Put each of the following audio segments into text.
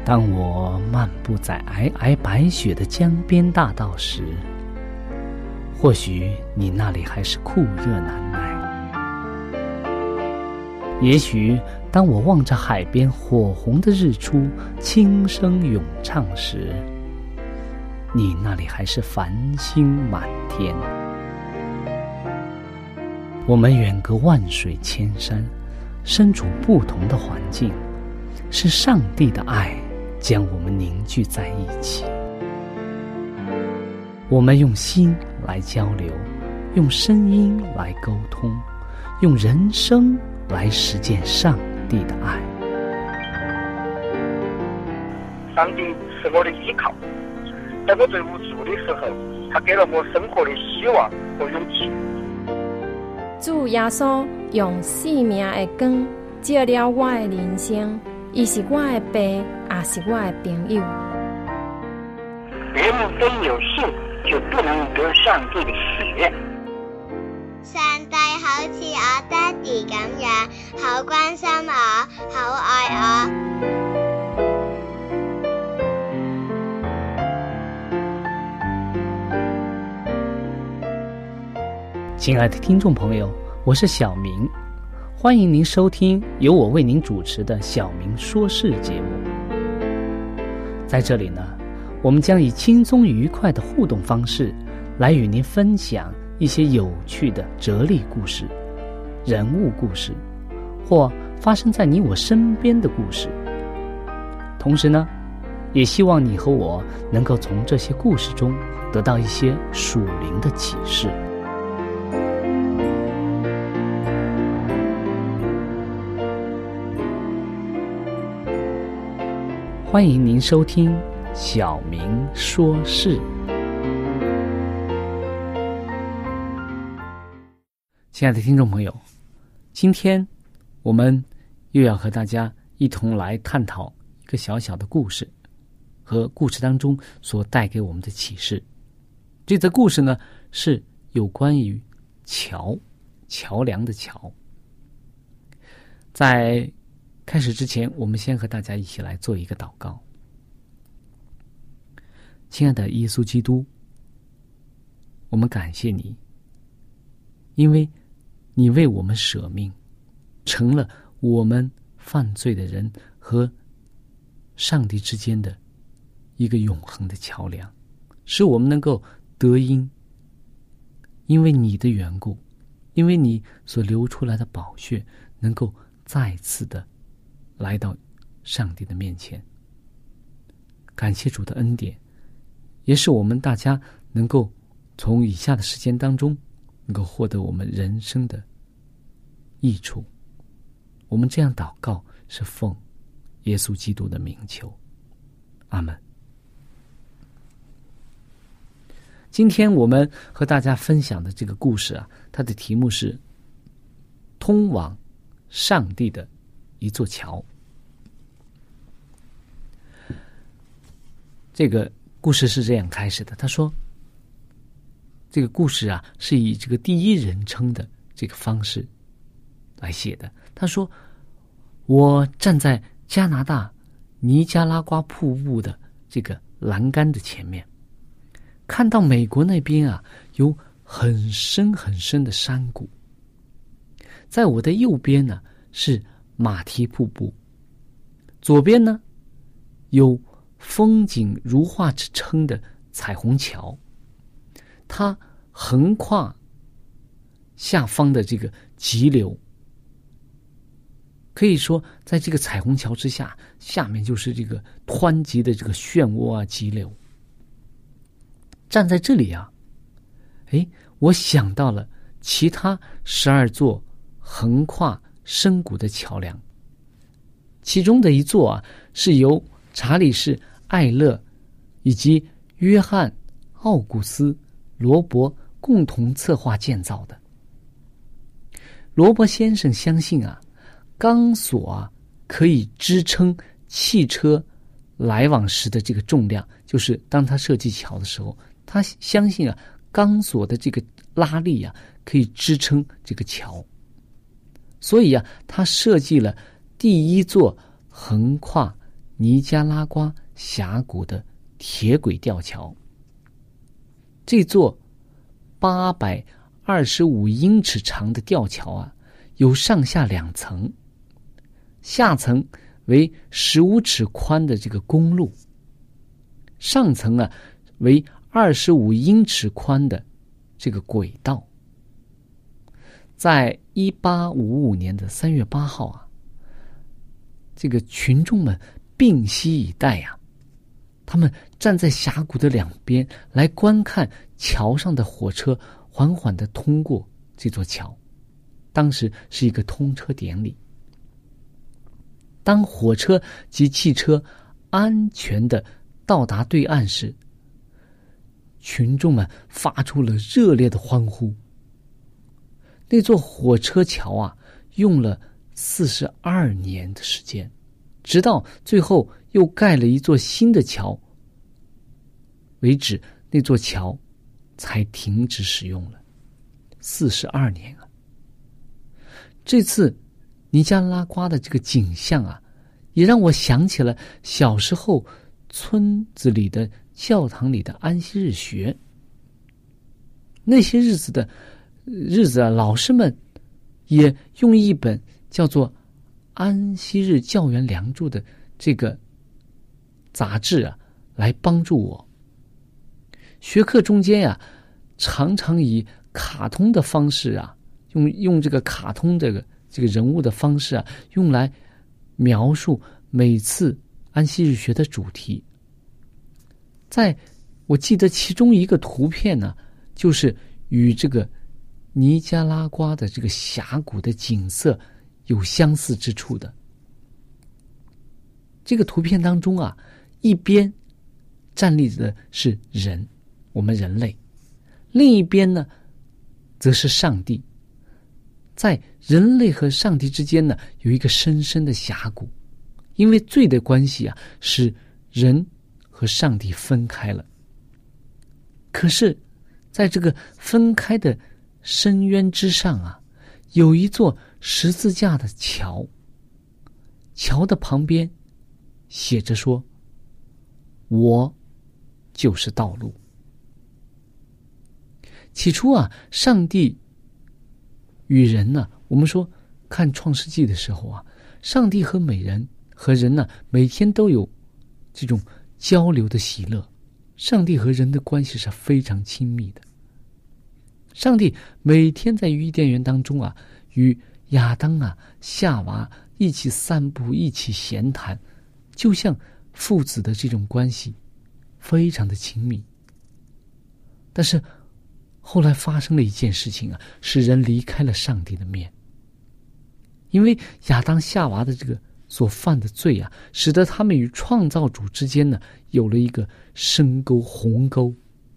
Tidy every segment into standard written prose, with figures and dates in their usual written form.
当我漫步在皑皑白雪的江边大道时，或许你那里还是酷热难耐。也许当我望着海边火红的日出轻声咏唱时，你那里还是繁星满天。我们远隔万水千山，身处不同的环境，是上帝的爱将我们凝聚在一起。我们用心来交流，用声音来沟通，用人生来实践上帝的爱。 上帝是我的依靠，在我最无助的时候，他给了我生活的希望和勇气。 主耶稣用生命的光照了我的人生，伊是我的爸，也是我的朋友。 人们非有信，就不能得上帝的喜悦。 上帝好似我爹哋咁樣，好關心我，好愛我。 亲爱的听众朋友，我是小明，欢迎您收听由我为您主持的小明说事节目。在这里呢，我们将以轻松愉快的互动方式来与您分享一些有趣的哲理故事、人物故事，或发生在你我身边的故事。同时呢，也希望你和我能够从这些故事中得到一些属灵的启示。欢迎您收听小明说事。亲爱的听众朋友，今天我们又要和大家一同来探讨一个小小的故事和故事当中所带给我们的启示。这则故事呢，是有关于桥梁的桥。在开始之前，我们先和大家一起来做一个祷告。亲爱的耶稣基督，我们感谢你，因为你为我们舍命，成了我们犯罪的人和上帝之间的一个永恒的桥梁，使我们能够得因。因为你的缘故，因为你所流出来的宝血，能够再次的来到上帝的面前。感谢主的恩典，也使我们大家能够从以下的时间当中能够获得我们人生的益处。我们这样祷告是奉耶稣基督的名求，阿们。今天我们和大家分享的这个故事啊，它的题目是通往上帝的一座桥。这个故事是这样开始的，他说这个故事啊是以这个第一人称的这个方式来写的。他说，我站在加拿大尼加拉瓜瀑布的这个栏杆的前面，看到美国那边啊有很深很深的山谷，在我的右边呢是马蹄瀑布，左边呢有风景如画之称的彩虹桥，它横跨下方的这个急流，可以说在这个彩虹桥之下，下面就是这个湍急的这个漩涡啊急流。站在这里啊，我想到了其他12座横跨深谷的桥梁，其中的一座啊是由查理士·艾勒以及约翰·奥古斯·罗伯共同策划建造的。罗伯先生相信啊，钢索啊可以支撑汽车来往时的这个重量，就是当他设计桥的时候，他相信啊钢索的这个拉力啊可以支撑这个桥，所以啊他设计了第一座横跨尼加拉瓜峡谷的铁轨吊桥。这座825英尺长的吊桥啊，有上下2层，下层为15尺宽的这个公路，上层啊为25英尺宽的这个轨道。在1855年的3月8号啊，这个群众们屏息以待啊，他们站在峡谷的两边来观看桥上的火车缓缓地通过这座桥。当时是一个通车典礼。当火车及汽车安全地到达对岸时，群众们发出了热烈的欢呼。那座火车桥啊，用了42年的时间，直到最后又盖了一座新的桥为止，那座桥才停止使用了。42年啊！这次尼加拉瓜的这个景象啊，也让我想起了小时候村子里的教堂里的安息日学。那些日子啊，老师们也用一本叫做《安息日教员梁祝》的这个杂志啊，来帮助我。学课中间呀，常常以卡通的方式啊，用这个卡通这个人物的方式啊，用来描述每次安息日学的主题。在我记得其中一个图片呢，就是与这个尼加拉瓜的这个峡谷的景色有相似之处的。这个图片当中啊，一边站立着的是人，我们人类，另一边呢则是上帝。在人类和上帝之间呢，有一个深深的峡谷，因为罪的关系啊，使人和上帝分开了。可是在这个分开的深渊之上啊，有一座十字架的桥，桥的旁边写着说：我就是道路。起初啊，上帝与人呢，我们说看创世纪的时候啊，上帝和人呢，每天都有这种交流的喜乐。上帝和人的关系是非常亲密的。上帝每天在伊甸园当中啊，与亚当啊、夏娃一起散步，一起闲谈，就像父子的这种关系，非常的亲密。但是后来发生了一件事情啊，使人离开了上帝的面。因为亚当夏娃的这个所犯的罪啊，使得他们与创造主之间呢，有了一个深沟鸿沟。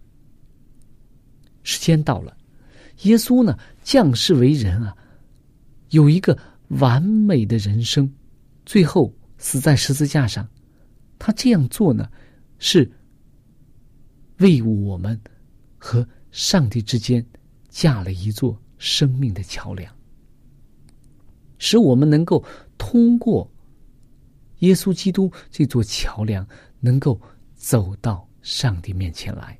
时间到了，耶稣呢降世为人啊，有一个完美的人生，最后死在十字架上。他这样做呢，是为我们和上帝之间架了一座生命的桥梁，使我们能够通过耶稣基督这座桥梁，能够走到上帝面前来。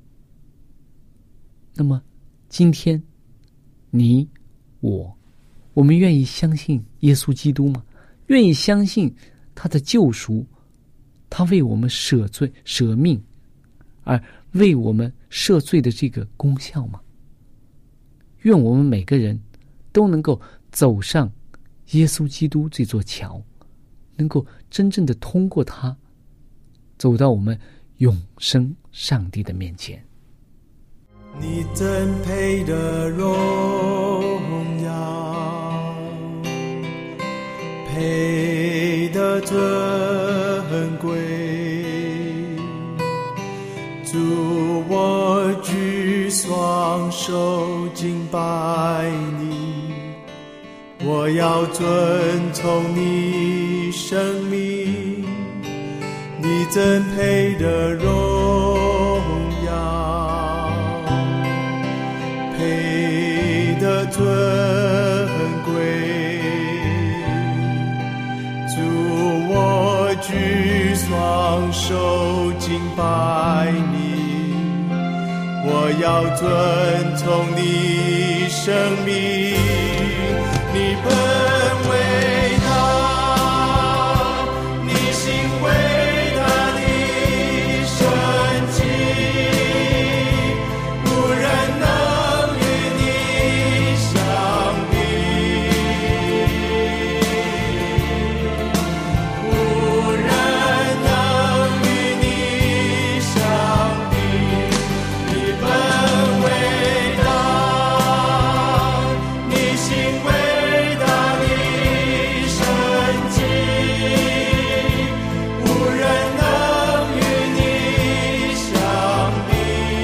那么今天你我们愿意相信耶稣基督吗？愿意相信他的救赎，他为我们舍罪舍命，而为我们赦罪的这个功效吗？愿我们每个人都能够走上耶稣基督这座桥，能够真正的通过它，走到我们永生上帝的面前。 你真配的荣耀，配的尊贵，主，我举双手敬拜你，我要遵从你生命，你真配的荣耀，配的尊贵，主，我举我要遵从你生命，你本伟大，你行伟大的神迹，无人能与你相比，无人能与你相比，你本伟大，你行伟大的神迹，无人能与你相比，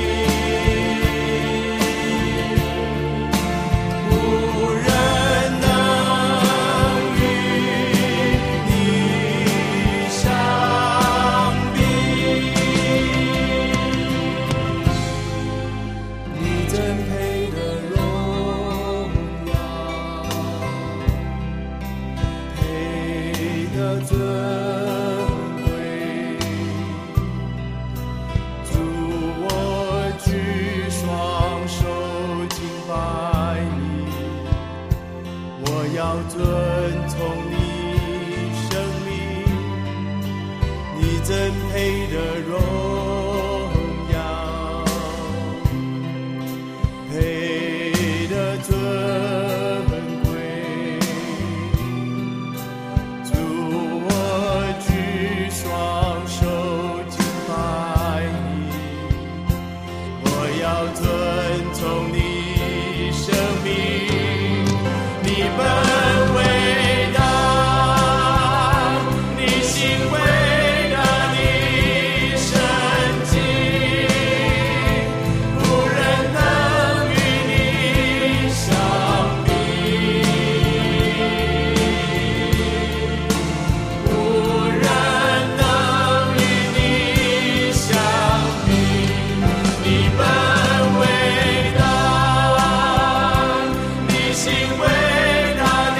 无人能与你相比。你真配得荣耀，配得尊贵。主，我举双手敬拜你，我要遵从你生命，你真配得荣耀，配得尊贵。主，我举双手敬拜你，我要遵从你生命，你本伟大，你行伟大的神迹，无人能与你相比，无人能与你相比，你本伟大，你行伟大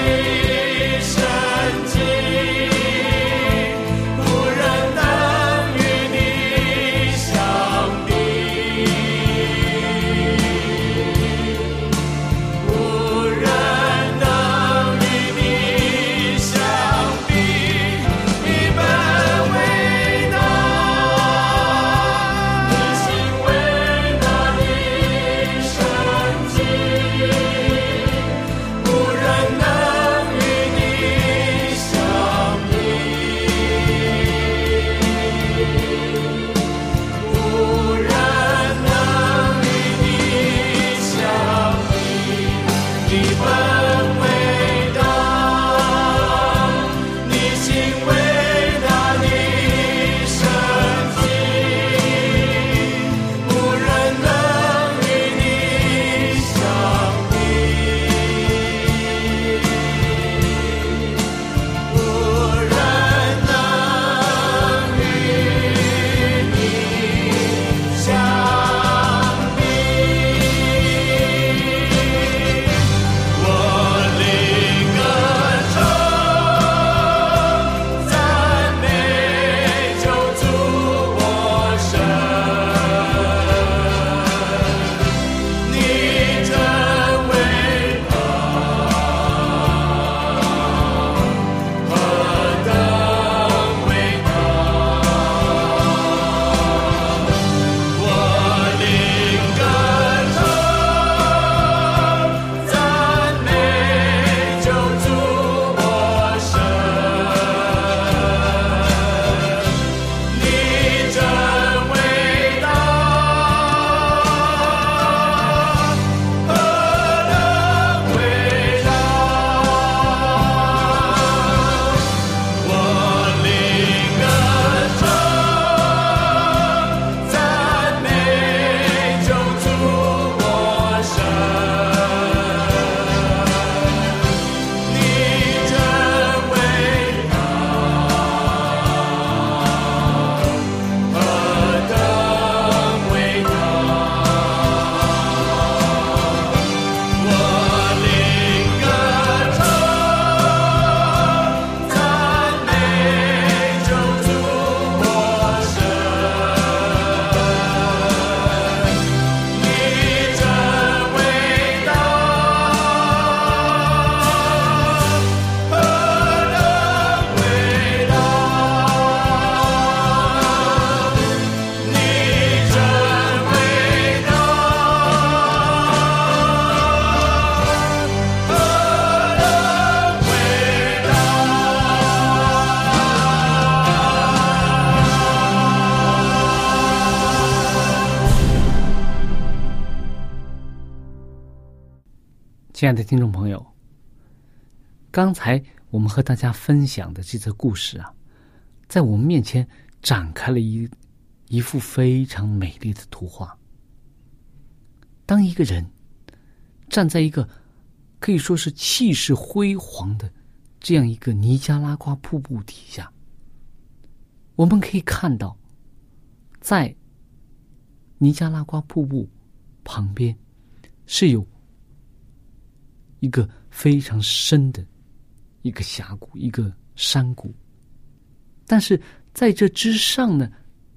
亲爱的听众朋友，刚才我们和大家分享的这则故事啊，在我们面前展开了一幅非常美丽的图画。当一个人站在一个可以说是气势辉煌的这样一个尼加拉瓜瀑布底下，我们可以看到，在尼加拉瓜瀑布旁边是有一个非常深的一个峡谷，一个山谷。但是在这之上呢，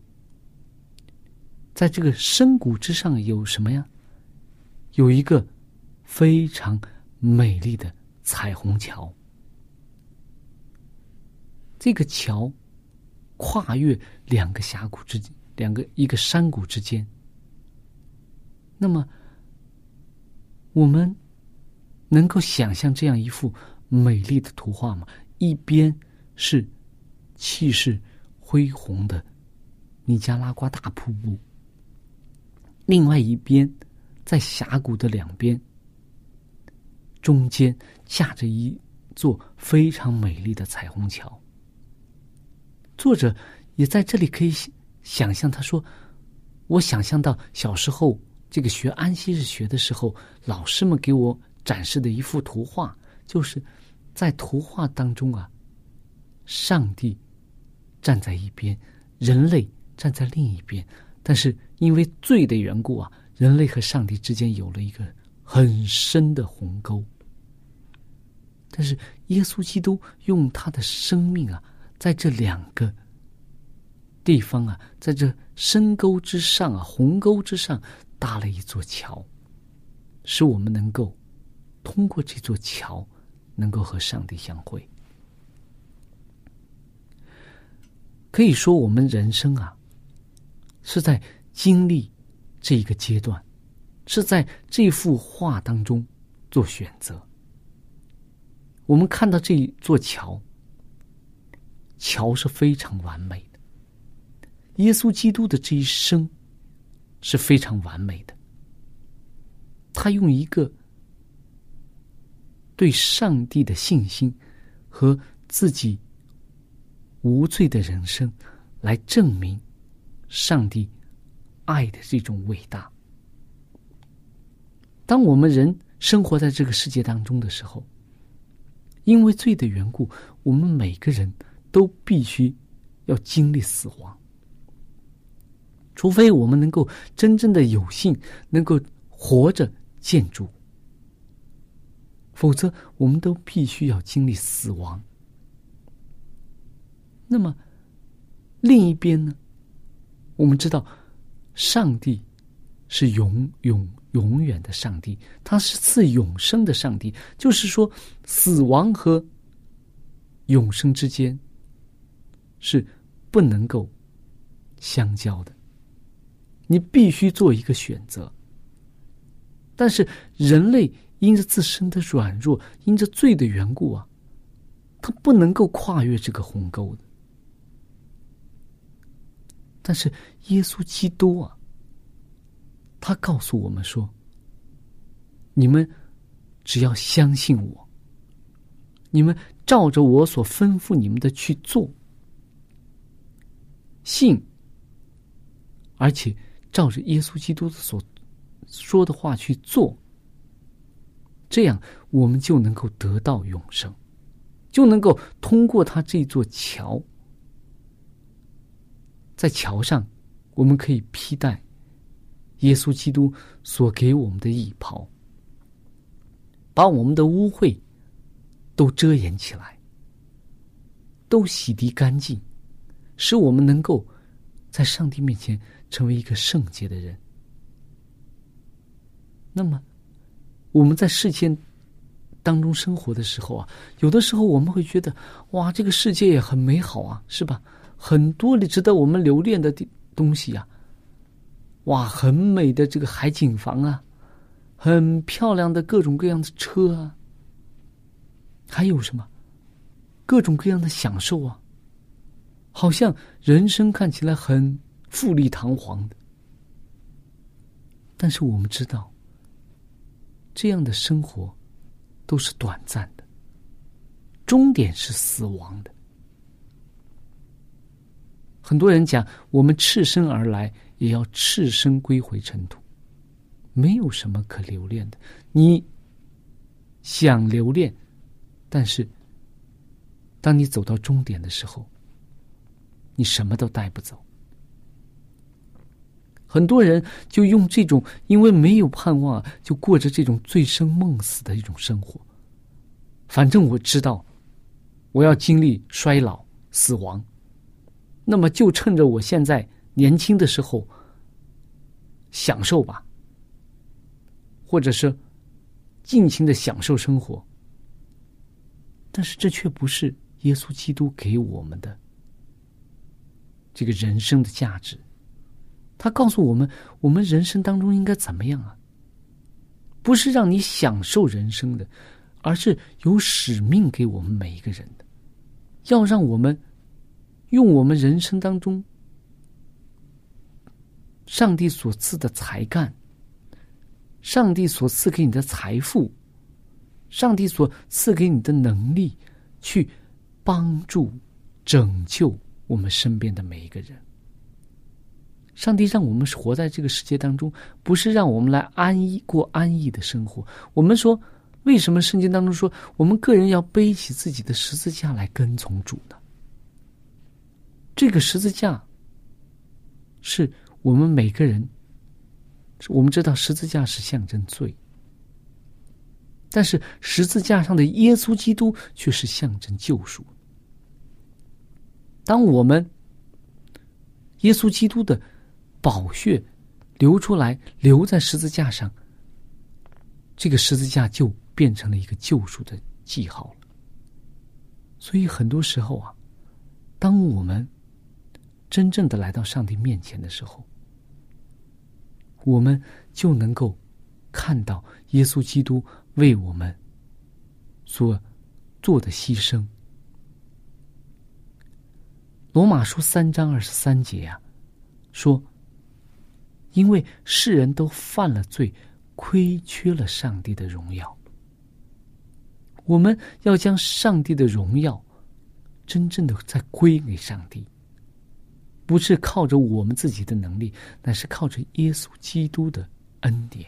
在这个深谷之上有什么呀？有一个非常美丽的彩虹桥。这个桥跨越两个峡谷之间，一个山谷之间。那么我们能够想象这样一幅美丽的图画吗？一边是气势恢宏的尼加拉瓜大瀑布，另外一边在峡谷的两边，中间架着一座非常美丽的彩虹桥。作者也在这里可以想象，他说，我想象到小时候这个学安息日学的时候，老师们给我展示的一幅图画，就是在图画当中啊，上帝站在一边，人类站在另一边，但是因为罪的缘故啊，人类和上帝之间有了一个很深的鸿沟。但是耶稣基督用他的生命啊，在这两个地方啊，在这深沟之上啊，鸿沟之上搭了一座桥，使我们能够通过这座桥能够和上帝相会。可以说我们人生啊，是在经历这一个阶段，是在这幅画当中做选择。我们看到这一座桥，桥是非常完美的，耶稣基督的这一生是非常完美的。他用一个对上帝的信心和自己无罪的人生来证明上帝爱的这种伟大。当我们人生活在这个世界当中的时候，因为罪的缘故，我们每个人都必须要经历死亡，除非我们能够真正的有幸能够活着见主，否则我们都必须要经历死亡。那么另一边呢，我们知道上帝是永远的上帝，他是赐永生的上帝，就是说死亡和永生之间是不能够相交的，你必须做一个选择。但是人类因着自身的软弱，因着罪的缘故啊，他不能够跨越这个鸿沟的。但是耶稣基督啊，他告诉我们说，你们只要相信我，你们照着我所吩咐你们的去做，信，而且照着耶稣基督所说的话去做，这样我们就能够得到永生，就能够通过他这座桥，在桥上我们可以披戴耶稣基督所给我们的义袍，把我们的污秽都遮掩起来，都洗涤干净，使我们能够在上帝面前成为一个圣洁的人。那么我们在世界当中生活的时候啊，有的时候我们会觉得，哇，这个世界也很美好啊，是吧？很多值得我们留恋的东西啊，哇，很美的这个海景房啊，很漂亮的各种各样的车啊，还有什么各种各样的享受啊，好像人生看起来很富丽堂皇的。但是我们知道，这样的生活都是短暂的，终点是死亡的。很多人讲，我们赤身而来，也要赤身归回尘土，没有什么可留恋的。你想留恋，但是当你走到终点的时候，你什么都带不走。很多人就用这种因为没有盼望，就过着这种醉生梦死的一种生活。反正我知道我要经历衰老死亡，那么就趁着我现在年轻的时候享受吧，或者是尽情的享受生活。但是这却不是耶稣基督给我们的这个人生的价值。他告诉我们，我们人生当中应该怎么样啊？不是让你享受人生的，而是有使命给我们每一个人的，要让我们用我们人生当中上帝所赐的才干，上帝所赐给你的财富，上帝所赐给你的能力，去帮助拯救我们身边的每一个人。上帝让我们活在这个世界当中，不是让我们来过安逸的生活。我们说，为什么圣经当中说我们个人要背起自己的十字架来跟从主呢？这个十字架是我们每个人，我们知道十字架是象征罪，但是十字架上的耶稣基督却是象征救赎。当我们耶稣基督的宝血流出来，流在十字架上，这个十字架就变成了一个救赎的记号了。所以很多时候啊，当我们真正的来到上帝面前的时候，我们就能够看到耶稣基督为我们所做的牺牲。罗马书3章23节啊，说因为世人都犯了罪，亏缺了上帝的荣耀。我们要将上帝的荣耀真正的再归给上帝，不是靠着我们自己的能力，乃是靠着耶稣基督的恩典。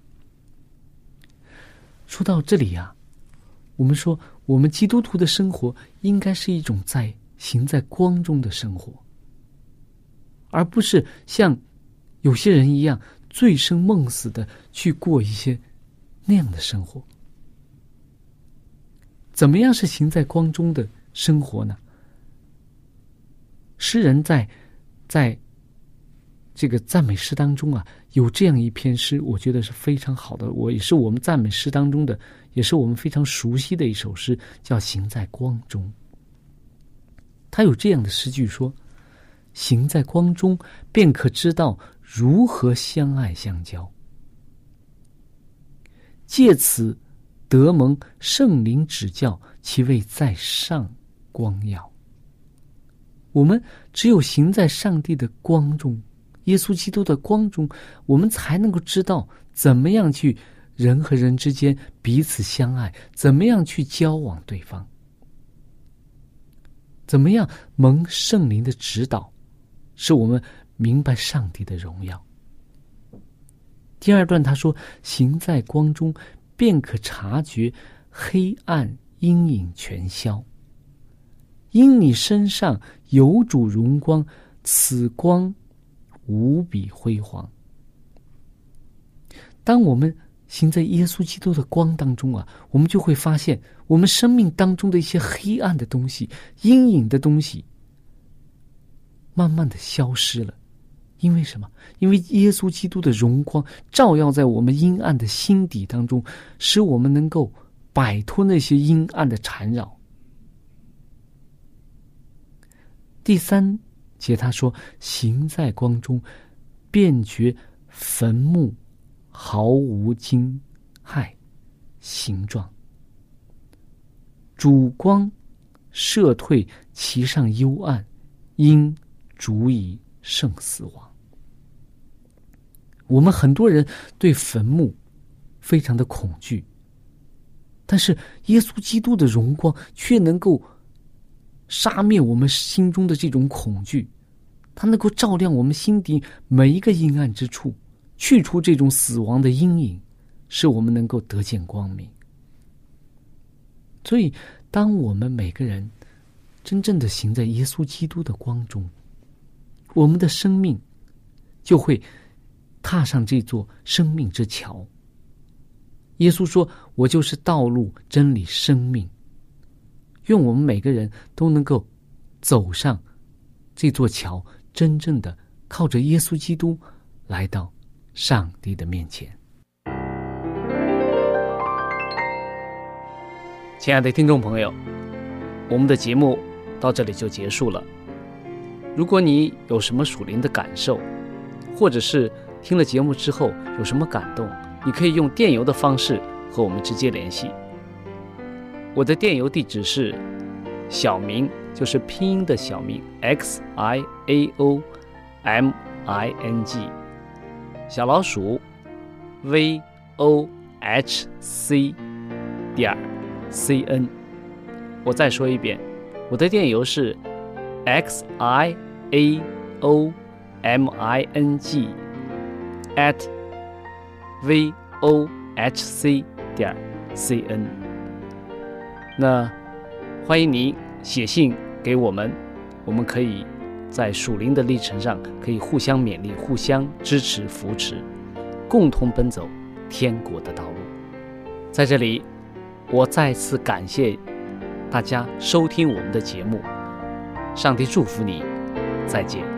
说到这里啊，我们说我们基督徒的生活应该是一种行在光中的生活，而不是像有些人一样醉生梦死的去过一些那样的生活。怎么样是行在光中的生活呢？诗人在这个赞美诗当中啊，有这样一篇诗，我觉得是非常好的，也是我们赞美诗当中的，也是我们非常熟悉的一首诗，叫《行在光中》。他有这样的诗句说：行在光中，便可知道如何相爱相交，借此得蒙圣灵指教，其为在上光耀。我们只有行在上帝的光中，耶稣基督的光中，我们才能够知道怎么样去人和人之间彼此相爱，怎么样去交往对方，怎么样蒙圣灵的指导，使我们明白上帝的荣耀。第二段他说，行在光中，便可察觉黑暗阴影全消，因你身上有主荣光，此光无比辉煌。当我们行在耶稣基督的光当中啊，我们就会发现我们生命当中的一些黑暗的东西、阴影的东西慢慢的消失了。因为什么？因为耶稣基督的荣光照耀在我们阴暗的心底当中，使我们能够摆脱那些阴暗的缠绕。第3节他说，行在光中，便觉坟墓毫无惊骇形状，主光射退其上幽暗，因主已胜死亡。我们很多人对坟墓非常的恐惧， 但是耶稣基督的荣光却能够杀灭我们心中的这种恐惧，它能够照亮我们心底每一个阴暗之处，去除这种死亡的阴影，使我们能够得见光明。所以当我们每个人真正的行在耶稣基督的光中，我们的生命就会踏上这座生命之桥。耶稣说，我就是道路真理生命。愿我们每个人都能够走上这座桥，真正的靠着耶稣基督来到上帝的面前。亲爱的听众朋友，我们的节目到这里就结束了。如果你有什么属灵的感受，或者是听了节目之后有什么感动，你可以用电邮的方式和我们直接联系。我的电邮地址是小明，就是拼音的小明 XIAOMING 小老鼠 VOHC.CN。 我再说一遍，我的电邮是 XIAOMING@VOHC.CN。 那欢迎您写信给我们，我们可以在属灵的历程上可以互相勉励，互相支持扶持，共同奔走天国的道路。在这里我再次感谢大家收听我们的节目，上帝祝福你，再见。